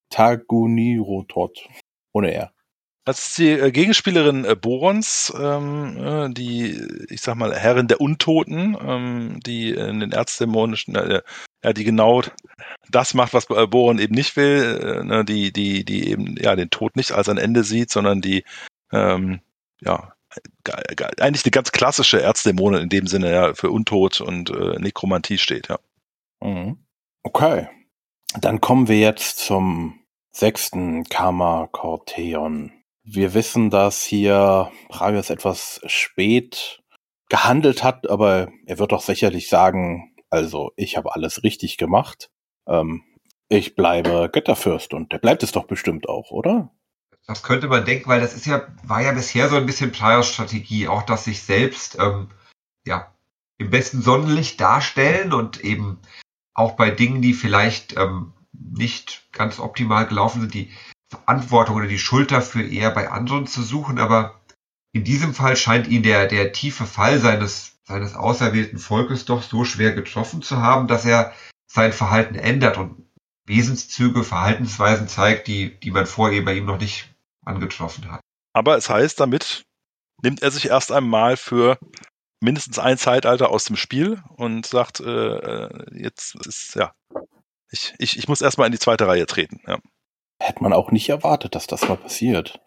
Targunirotot ohne er? Das ist die äh, Gegenspielerin äh, Borons, ähm, äh, die, ich sag mal, Herrin der Untoten, ähm, die in den Erzdämonischen, äh, ja, die genau das macht, was äh, Boron eben nicht will, äh, ne, die, die, die eben ja den Tod nicht als ein Ende sieht, sondern die, ähm, ja, ga- ga- eigentlich eine ganz klassische Erzdämonin in dem Sinne, ja, für Untot und äh, Nekromantie steht, ja. Mhm. Okay. Dann kommen wir jetzt zum sechsten Karma-Korteon. Wir wissen, dass hier Pravius etwas spät gehandelt hat, aber er wird doch sicherlich sagen, also ich habe alles richtig gemacht. Ähm, ich bleibe Götterfürst und der bleibt es doch bestimmt auch, oder? Das könnte man denken, weil das ist ja, war ja bisher so ein bisschen Priors Strategie, auch dass sich selbst ähm, ja im besten Sonnenlicht darstellen und eben auch bei Dingen, die vielleicht ähm, nicht ganz optimal gelaufen sind, die Verantwortung oder die Schuld dafür eher bei anderen zu suchen. Aber in diesem Fall scheint ihn der, der tiefe Fall seines, seines auserwählten Volkes doch so schwer getroffen zu haben, dass er sein Verhalten ändert und Wesenszüge, Verhaltensweisen zeigt, die, die man vorher bei ihm noch nicht angetroffen hat. Aber es heißt, damit nimmt er sich erst einmal für mindestens ein Zeitalter aus dem Spiel und sagt, äh, jetzt ist, ja, ich, ich, ich muss erstmal in die zweite Reihe treten. Ja. Hätte man auch nicht erwartet, dass das mal passiert.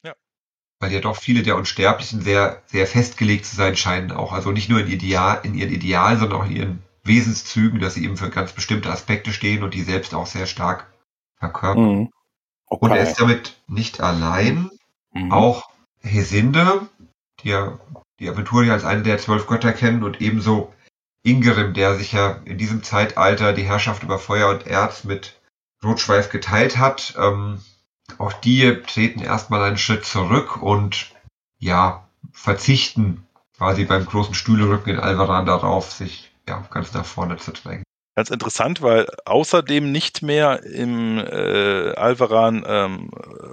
Weil ja doch viele der Unsterblichen sehr, sehr festgelegt zu sein scheinen, auch also nicht nur in, Ideal, in ihren Idealen, sondern auch in ihren Wesenszügen, dass sie eben für ganz bestimmte Aspekte stehen und die selbst auch sehr stark verkörpern. Mhm. Okay. Und er ist damit nicht allein. Mhm. Auch Hesinde, die ja die Aventurier als eine der zwölf Götter kennen, und ebenso Ingerim, der sich ja in diesem Zeitalter die Herrschaft über Feuer und Erz mit Rotschweif geteilt hat. Ähm, auch die treten erstmal einen Schritt zurück und ja, verzichten quasi beim großen Stühlerücken in Alvaran darauf, sich ja, ganz nach vorne zu drängen. Ganz interessant, weil außerdem nicht mehr im äh, Alvaran ähm,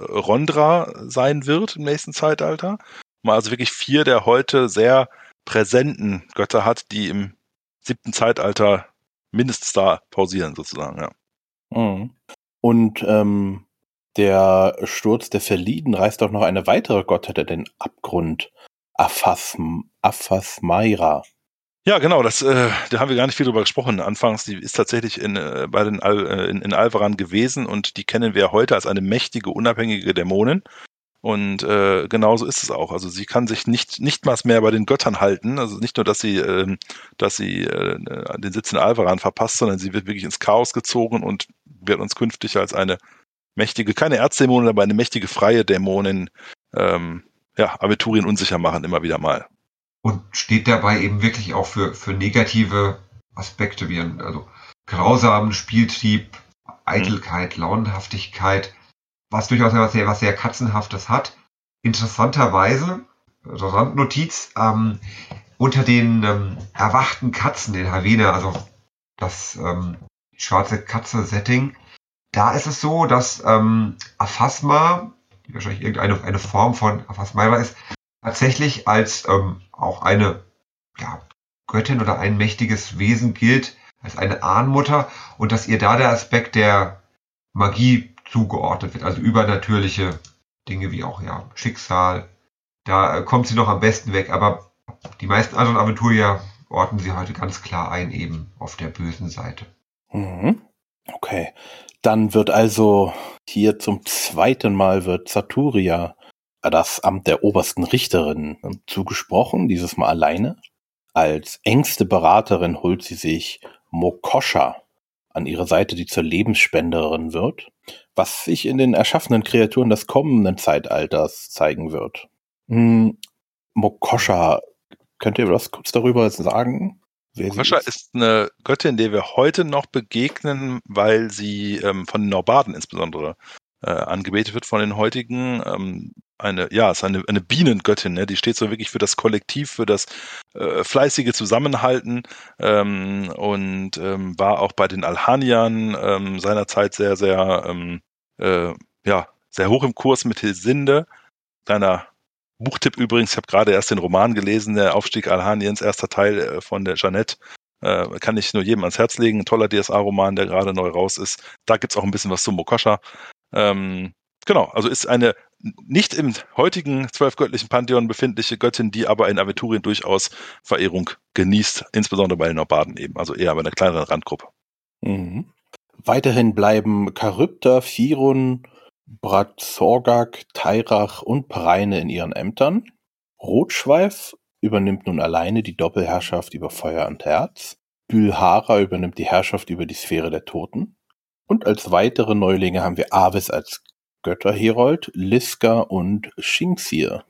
Rondra sein wird im nächsten Zeitalter. Man also wirklich vier der heute sehr präsenten Götter hat, die im siebten Zeitalter mindestens da pausieren sozusagen. Ja. Mhm. Und ähm, der Sturz der Verlieden reißt auch noch eine weitere Gottheit in den Abgrund. Aphasm, Aphasmaira. Ja, genau, das, äh, da haben wir gar nicht viel drüber gesprochen. Anfangs, die ist tatsächlich in, äh, bei den Al, äh, in, in Alvaran gewesen und die kennen wir heute als eine mächtige, unabhängige Dämonin. Und äh, genauso ist es auch. Also sie kann sich nicht nichtmals mehr bei den Göttern halten. Also nicht nur, dass sie, äh, dass sie äh, den Sitz in Alvaran verpasst, sondern sie wird wirklich ins Chaos gezogen und wird uns künftig als eine mächtige, keine Erzdämonin, aber eine mächtige freie Dämonin, ähm, ja, Aventurien unsicher machen, immer wieder mal. Und steht dabei eben wirklich auch für, für negative Aspekte wie ein, also grausamen Spieltrieb, Eitelkeit, Launenhaftigkeit, was durchaus was sehr, was sehr Katzenhaftes hat. Interessanterweise, also Randnotiz, ähm, unter den ähm, erwachten Katzen in Havena, also das ähm, schwarze Katze-Setting, da ist es so, dass ähm, Aphasma, die wahrscheinlich irgendeine eine Form von Aphasmaira ist, tatsächlich als ähm, auch eine ja, Göttin oder ein mächtiges Wesen gilt, als eine Ahnmutter und dass ihr da der Aspekt der Magie zugeordnet wird, also übernatürliche Dinge wie auch ja Schicksal. Da äh, kommt sie noch am besten weg, aber die meisten anderen Aventurier ordnen sie heute ganz klar ein, eben auf der bösen Seite. Mhm. Okay, dann wird also hier zum zweiten Mal wird Saturia das Amt der obersten Richterin zugesprochen, dieses Mal alleine. Als engste Beraterin holt sie sich Mokosha an ihre Seite, die zur Lebensspenderin wird, was sich in den erschaffenen Kreaturen des kommenden Zeitalters zeigen wird. Hm, Mokosha, könnt ihr was kurz darüber sagen? Mokosha ist? ist eine Göttin, der wir heute noch begegnen, weil sie ähm, von den Norbaden insbesondere äh, angebetet wird, von den heutigen. Ähm, eine, ja, ist eine, eine Bienengöttin, ne? Die steht so wirklich für das Kollektiv, für das äh, fleißige Zusammenhalten ähm, und ähm, war auch bei den Alhaniern ähm, seinerzeit sehr, sehr, ähm, äh, ja, sehr hoch im Kurs mit Hilsinde, deiner Buchtipp übrigens, ich habe gerade erst den Roman gelesen, der Aufstieg Alhaniens, erster Teil äh, von der Jeanette. Äh, kann ich nur jedem ans Herz legen. Ein toller D S A-Roman, der gerade neu raus ist. Da gibt's auch ein bisschen was zu Mokosha. Ähm, genau, also ist eine nicht im heutigen zwölfgöttlichen Pantheon befindliche Göttin, die aber in Aventurien durchaus Verehrung genießt, insbesondere bei den Norbaden eben, also eher bei einer kleineren Randgruppe. Mhm. Weiterhin bleiben Charybda, Firun, Brat-Sorgak, Tairach und Pereine in ihren Ämtern. Rotschweif übernimmt nun alleine die Doppelherrschaft über Feuer und Herz. Bülhara übernimmt die Herrschaft über die Sphäre der Toten. Und als weitere Neulinge haben wir Avis als Götterherold, Liska und Shinxir.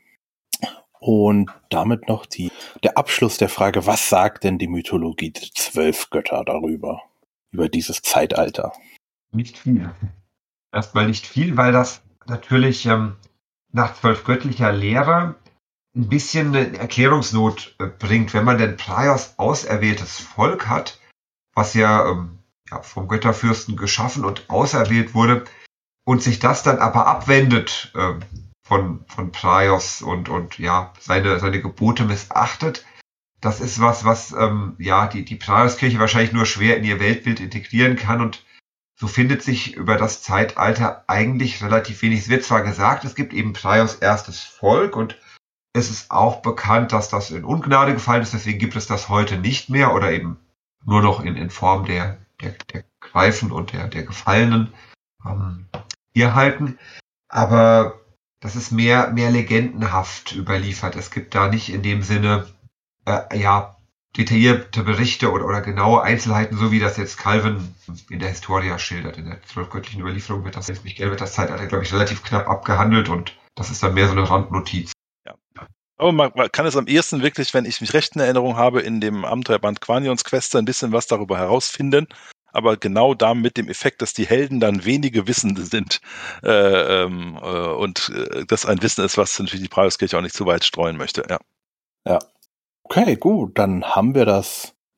Und damit noch die, der Abschluss der Frage, was sagt denn die Mythologie der zwölf Götter darüber, über dieses Zeitalter? Nicht viel. Erstmal nicht viel, weil das natürlich ähm, nach zwölfgöttlicher Lehre ein bisschen eine Erklärungsnot äh, bringt, wenn man denn Praios auserwähltes Volk hat, was ja, ähm, ja vom Götterfürsten geschaffen und auserwählt wurde, und sich das dann aber abwendet äh, von, von Praios und, und ja, seine, seine Gebote missachtet. Das ist was, was ähm, ja die, die Praios-Kirche wahrscheinlich nur schwer in ihr Weltbild integrieren kann, und so findet sich über das Zeitalter eigentlich relativ wenig. Es wird zwar gesagt, es gibt eben Praios erstes Volk, und es ist auch bekannt, dass das in Ungnade gefallen ist, deswegen gibt es das heute nicht mehr oder eben nur noch in, in Form der, der, der Greifen und der, der Gefallenen ähm, hier halten. Aber das ist mehr, mehr legendenhaft überliefert. Es gibt da nicht in dem Sinne, äh, ja, detaillierte Berichte oder, oder genaue Einzelheiten, so wie das jetzt Calvin in der Historia schildert. In der zwölfgöttlichen Überlieferung wird das, wenn es mich gell, wird das Zeitalter, glaube ich, relativ knapp abgehandelt, und das ist dann mehr so eine Randnotiz. Ja. Aber man, man kann es am ehesten wirklich, wenn ich mich recht in Erinnerung habe, in dem Abenteuerband Quanions Queste ein bisschen was darüber herausfinden. Aber genau da mit dem Effekt, dass die Helden dann wenige Wissende sind äh, ähm, äh, und äh, das ein Wissen ist, was natürlich die Praios-Kirche auch nicht zu weit streuen möchte. Ja. Ja. Okay, gut, dann haben wir das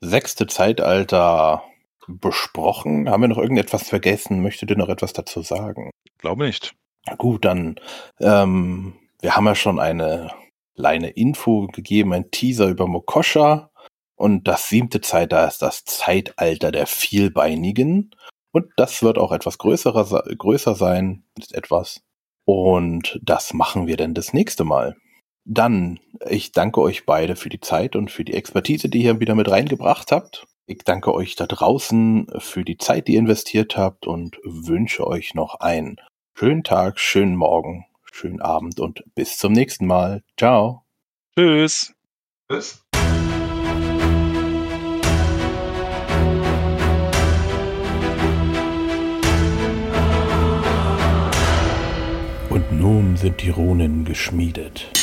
sechste Zeitalter besprochen. Haben wir noch irgendetwas vergessen? Möchtet ihr noch etwas dazu sagen? Glaube nicht. Na gut, dann, ähm, wir haben ja schon eine kleine Info gegeben, ein Teaser über Mokosha. Und das siebte Zeitalter ist das Zeitalter der Vielbeinigen. Und das wird auch etwas größerer, größer sein, ist etwas. Und das machen wir dann das nächste Mal. Dann, ich danke euch beide für die Zeit und für die Expertise, die ihr wieder mit reingebracht habt. Ich danke euch da draußen für die Zeit, die ihr investiert habt und wünsche euch noch einen schönen Tag, schönen Morgen, schönen Abend und bis zum nächsten Mal. Ciao. Tschüss. Tschüss. Und nun sind die Runen geschmiedet.